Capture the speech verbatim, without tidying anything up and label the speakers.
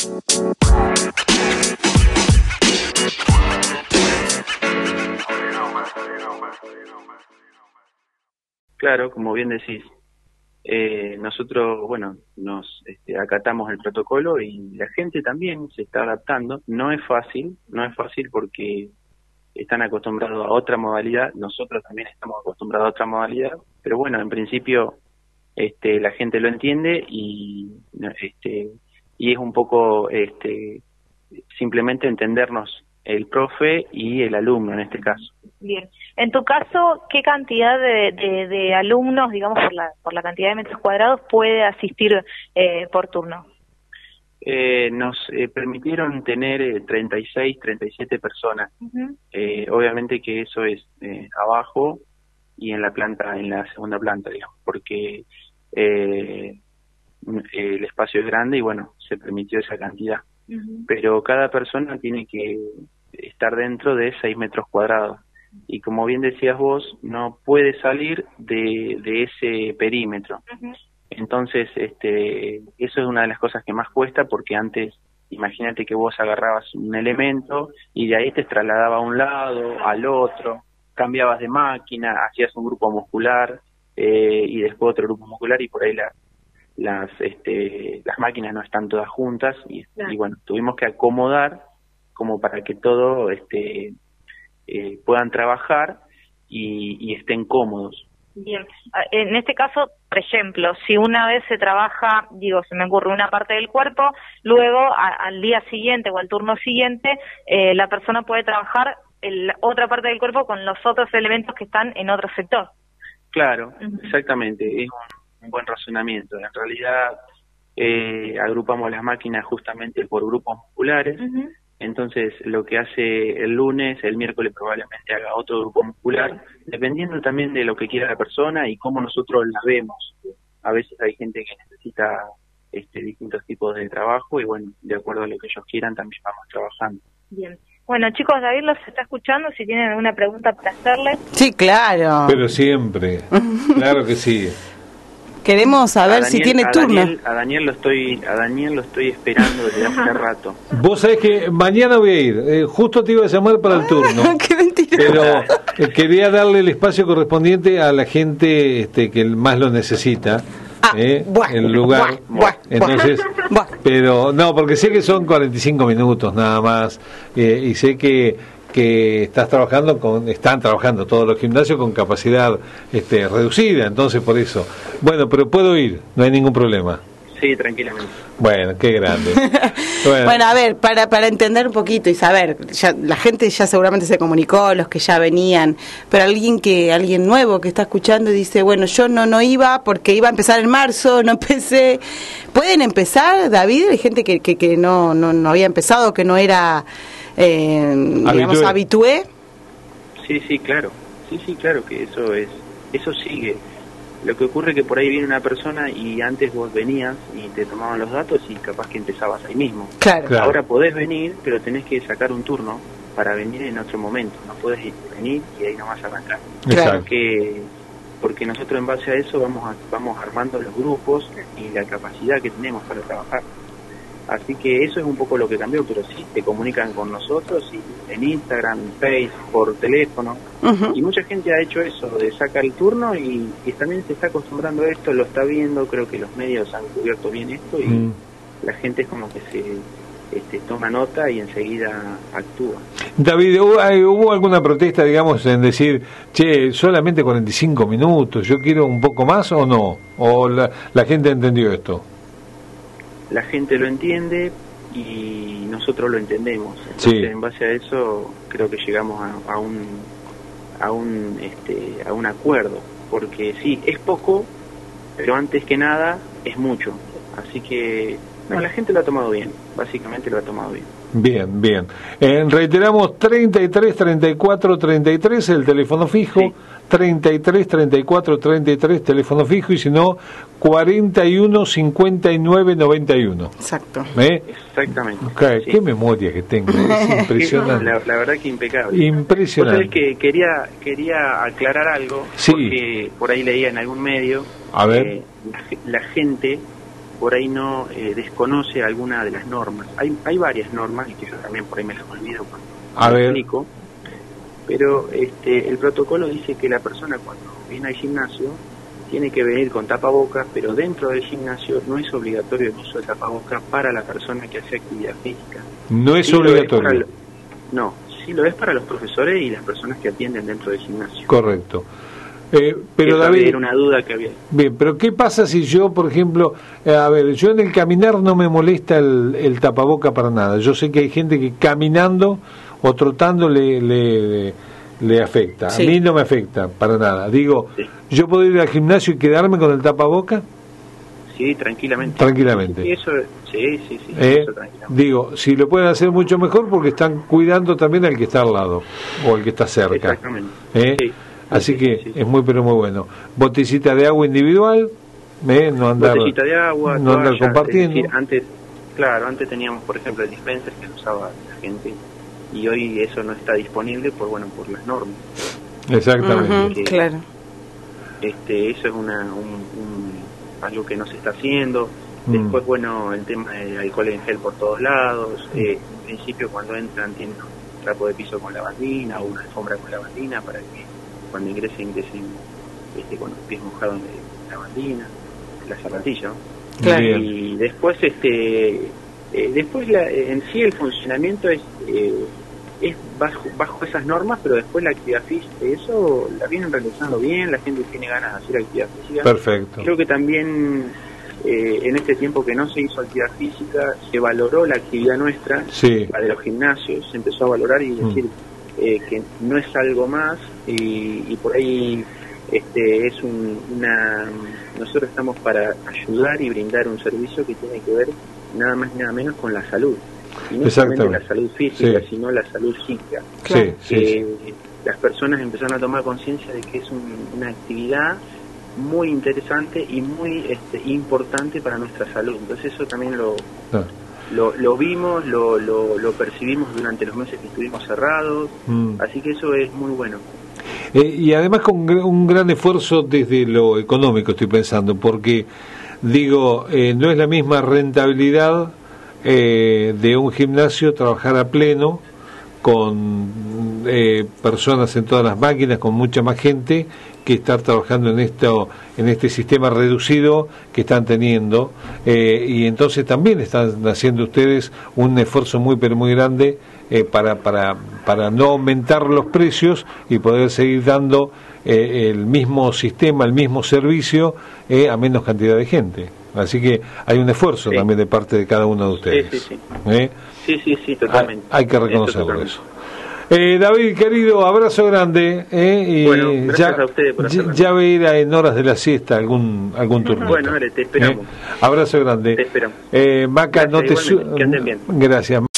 Speaker 1: Claro, como bien decís, eh, nosotros, bueno, nos este, acatamos el protocolo y la gente también se está adaptando. No es fácil, no es fácil porque están acostumbrados a otra modalidad, nosotros también estamos acostumbrados a otra modalidad, pero bueno, en principio este, la gente lo entiende y este, y es un poco este, simplemente entendernos el profe y el alumno en este caso.
Speaker 2: Bien. En tu caso, ¿qué cantidad de, de, de alumnos, digamos, por la, por la cantidad de metros cuadrados, puede asistir eh, por turno?
Speaker 1: Eh, nos eh, permitieron tener eh, treinta y seis, treinta y siete personas. Uh-huh. eh, obviamente que eso es eh, abajo y en la planta, en la segunda planta, digamos, porque eh, el espacio es grande y bueno, se permitió esa cantidad. Uh-huh. Pero cada persona tiene que estar dentro de seis metros cuadrados. Y como bien decías vos, no puede salir de, de ese perímetro. Uh-huh. Entonces, este, eso es una de las cosas que más cuesta, porque antes, imagínate que vos agarrabas un elemento y de ahí te trasladaba a un lado, al otro, cambiabas de máquina, hacías un grupo muscular eh, y después otro grupo muscular y por ahí la, las, este, las máquinas no están todas juntas y, claro. y bueno, tuvimos que acomodar como para que todo este, eh, puedan trabajar y, y estén cómodos.
Speaker 2: Bien, en este caso, por ejemplo, si una vez se trabaja, digo, se me ocurre una parte del cuerpo, luego a, al día siguiente o al turno siguiente, eh, la persona puede trabajar el, otra parte del cuerpo con los otros elementos que están en otro sector.
Speaker 1: Claro, uh-huh. exactamente, es un, un buen razonamiento. En realidad, eh, agrupamos las máquinas justamente por grupos musculares. Uh-huh. Entonces, lo que hace el lunes, el miércoles probablemente haga otro grupo muscular, dependiendo también de lo que quiera la persona y cómo nosotros la vemos. A veces hay gente que necesita este, distintos tipos de trabajo y bueno, de acuerdo a lo que ellos quieran también vamos trabajando.
Speaker 2: Bien. Bueno, chicos, David los está escuchando, si tienen alguna pregunta para hacerle.
Speaker 3: Sí, claro.
Speaker 4: Pero siempre, claro que sí.
Speaker 3: Queremos saber Daniel, si tiene
Speaker 1: a
Speaker 3: turno.
Speaker 1: Daniel, a Daniel lo estoy, a Daniel lo estoy esperando desde hace rato.
Speaker 4: Vos sabés que mañana voy a ir. Eh, justo te iba a llamar para el turno.
Speaker 3: ¡Qué mentira!
Speaker 4: Pero eh, quería darle el espacio correspondiente a la gente este, que más lo necesita. Ah, eh, buah, el lugar.
Speaker 3: Buah, buah,
Speaker 4: Entonces, buah. Pero no, porque sé que son cuarenta y cinco minutos nada más eh, y sé que que estás trabajando con, están trabajando todos los gimnasios con capacidad este, reducida, entonces por eso. Bueno, pero puedo ir, no hay ningún problema.
Speaker 1: Sí, tranquilamente.
Speaker 4: Bueno, qué grande.
Speaker 3: Bueno, bueno a ver, para para entender un poquito y saber, ya, la gente ya seguramente se comunicó, los que ya venían, pero alguien que alguien nuevo que está escuchando y dice, bueno, yo no no iba porque iba a empezar en marzo, no empecé. ¿Pueden empezar, David? Hay gente que que, que no, no no había empezado, que no era Eh, digamos, habitué.
Speaker 1: Sí, sí, claro. Sí, sí, claro que eso es, eso sigue. Lo que ocurre es que por ahí viene una persona y antes vos venías y te tomaban los datos y capaz que empezabas ahí mismo.
Speaker 3: Claro.
Speaker 4: Claro.
Speaker 1: Ahora podés venir, pero tenés que sacar un turno para venir en otro momento. No podés venir y ahí nomás arrancar.
Speaker 3: Claro.
Speaker 1: Porque, porque nosotros en base a eso vamos a, vamos armando los grupos y la capacidad que tenemos para trabajar. Así que eso es un poco lo que cambió, pero sí, te comunican con nosotros y en Instagram, en Facebook, por teléfono. Uh-huh. Y mucha gente ha hecho eso, de sacar el turno y, y también se está acostumbrando a esto, lo está viendo, creo que los medios han cubierto bien esto y mm. la gente es como que se este, toma nota y enseguida actúa.
Speaker 4: David, ¿hubo alguna protesta, digamos, en decir, che, solamente cuarenta y cinco minutos, yo quiero un poco más o no? ¿O la, la gente entendió esto?
Speaker 1: La gente lo entiende y nosotros lo entendemos. Entonces, sí. En base a eso creo que llegamos a, a un a un este a un acuerdo, porque sí, es poco, pero antes que nada es mucho. Así que no, la gente lo ha tomado bien, básicamente lo ha tomado bien.
Speaker 4: Bien, bien. Eh, reiteramos treinta y tres, treinta y cuatro, treinta y tres el teléfono fijo, sí. treinta y tres, treinta y cuatro, treinta y tres teléfono fijo y si no cuarenta y uno, cincuenta y nueve, noventa y uno.
Speaker 3: Exacto.
Speaker 4: ¿Eh?
Speaker 1: Exactamente.
Speaker 4: Okay,
Speaker 1: sí.
Speaker 4: Qué memoria que tengo, es impresionante.
Speaker 1: la, la verdad que impecable.
Speaker 4: Impresionante.
Speaker 1: Vos sabés que quería quería aclarar algo,
Speaker 4: sí.
Speaker 1: porque por ahí leía en algún medio
Speaker 4: a ver
Speaker 1: que la, la gente por ahí no eh, desconoce alguna de las normas. Hay hay varias normas y que yo también por ahí me las olvido cuando
Speaker 4: A
Speaker 1: me
Speaker 4: ver.
Speaker 1: explico, pero este el protocolo dice que la persona cuando viene al gimnasio tiene que venir con tapabocas, pero dentro del gimnasio no es obligatorio el uso de tapabocas para la persona que hace actividad física.
Speaker 4: No es
Speaker 1: Sí lo es
Speaker 4: obligatorio.
Speaker 1: para lo- no, sí lo es para los profesores y las personas que atienden dentro del gimnasio.
Speaker 4: Correcto. Eh, pero
Speaker 1: Esa
Speaker 4: David,
Speaker 1: era una duda que había.
Speaker 4: bien, pero ¿qué pasa si yo, por ejemplo, eh, a ver, yo en el caminar no me molesta el, el tapaboca para nada? Yo sé que hay gente que caminando o trotando le, le, le afecta.
Speaker 3: Sí.
Speaker 4: A mí no me afecta para nada. Digo,
Speaker 1: Sí.
Speaker 4: ¿yo puedo ir al gimnasio y quedarme con el tapaboca?
Speaker 1: Sí, tranquilamente.
Speaker 4: Tranquilamente.
Speaker 1: Sí, eso, sí, sí, sí,
Speaker 4: Eh,
Speaker 1: eso tranquilamente.
Speaker 4: digo, si lo pueden hacer mucho mejor porque están cuidando también al que está al lado o al que está cerca.
Speaker 1: Exactamente.
Speaker 4: ¿Eh?
Speaker 1: Sí.
Speaker 4: Así
Speaker 1: Sí,
Speaker 4: que
Speaker 1: sí, sí.
Speaker 4: es muy pero muy bueno. Botellita de agua individual, ¿eh? No andar,
Speaker 1: Botellita de agua,
Speaker 4: no andar
Speaker 1: toalla,
Speaker 4: compartiendo.
Speaker 1: es decir, antes, claro, antes teníamos, por ejemplo, el dispenser que lo usaba la gente y hoy eso no está disponible por bueno por las normas.
Speaker 4: Exactamente.
Speaker 3: Ujú, claro.
Speaker 1: Este, eso es una un, un- algo que no se está haciendo.
Speaker 4: Mm.
Speaker 1: Después, bueno, el tema de alcohol en gel por todos lados. Eh, en principio, cuando entran, tienen un trapo de piso con lavandina o una alfombra con lavandina para que cuando ingresen, ingresen este, con los pies mojados de lavandina, la zapatilla, ¿no?
Speaker 3: Claro.
Speaker 4: Bien.
Speaker 1: Y después, este, eh, después la, en sí el funcionamiento es eh, es bajo, bajo esas normas, pero después la actividad física, eso la vienen realizando bien, la gente tiene ganas de hacer actividad física.
Speaker 4: Perfecto.
Speaker 1: Creo que también eh, en este tiempo que no se hizo actividad física, se valoró la actividad nuestra,
Speaker 4: Sí.
Speaker 1: la de los gimnasios, se empezó a valorar y
Speaker 4: Mm.
Speaker 1: decir eh, que no es algo más y, y por ahí este es un, una nosotros estamos para ayudar y brindar un servicio que tiene que ver nada más y nada menos con la salud, y no solamente
Speaker 4: Exactamente.
Speaker 1: la salud física,
Speaker 4: Sí.
Speaker 1: sino la salud psíquica.
Speaker 3: Claro.
Speaker 4: Sí, sí,
Speaker 1: Que
Speaker 4: sí.
Speaker 1: las personas empezaron a tomar conciencia de que es un- una actividad muy interesante y muy este, importante para nuestra salud. Entonces eso también lo
Speaker 4: Ah.
Speaker 1: lo, lo vimos, lo, lo, lo percibimos durante los meses que estuvimos cerrados,
Speaker 4: Mm.
Speaker 1: así que eso es muy bueno.
Speaker 4: Eh, y además con gr- un gran esfuerzo desde lo económico, estoy pensando, porque digo, eh, no es la misma rentabilidad eh, de un gimnasio trabajar a pleno con eh, personas en todas las máquinas, con mucha más gente, que estar trabajando en esto, en este sistema reducido que están teniendo, eh, y entonces también están haciendo ustedes un esfuerzo muy pero muy grande eh, para para para no aumentar los precios y poder seguir dando eh, el mismo sistema, el mismo servicio eh, a menos cantidad de gente. Así que hay un esfuerzo
Speaker 1: Sí.
Speaker 4: también de parte de cada uno de ustedes.
Speaker 1: Sí, sí,
Speaker 4: ¿Eh?
Speaker 1: Sí, sí, sí, totalmente.
Speaker 4: Hay, hay que
Speaker 1: Eso
Speaker 4: reconocerlo
Speaker 1: totalmente.
Speaker 4: eso. Eh, David, querido, abrazo grande. Eh, y
Speaker 1: Bueno, gracias
Speaker 4: ya,
Speaker 1: a ustedes por
Speaker 4: ya,
Speaker 1: hacerlo.
Speaker 4: ya ve ir a- en horas de la siesta algún algún turno.
Speaker 1: Bueno, dale, te esperamos.
Speaker 4: Abrazo grande.
Speaker 1: Te esperamos.
Speaker 4: Eh, Maca,
Speaker 1: Gracias,
Speaker 4: no te
Speaker 1: igualmente,
Speaker 4: su-
Speaker 1: que anden bien.
Speaker 4: Gracias.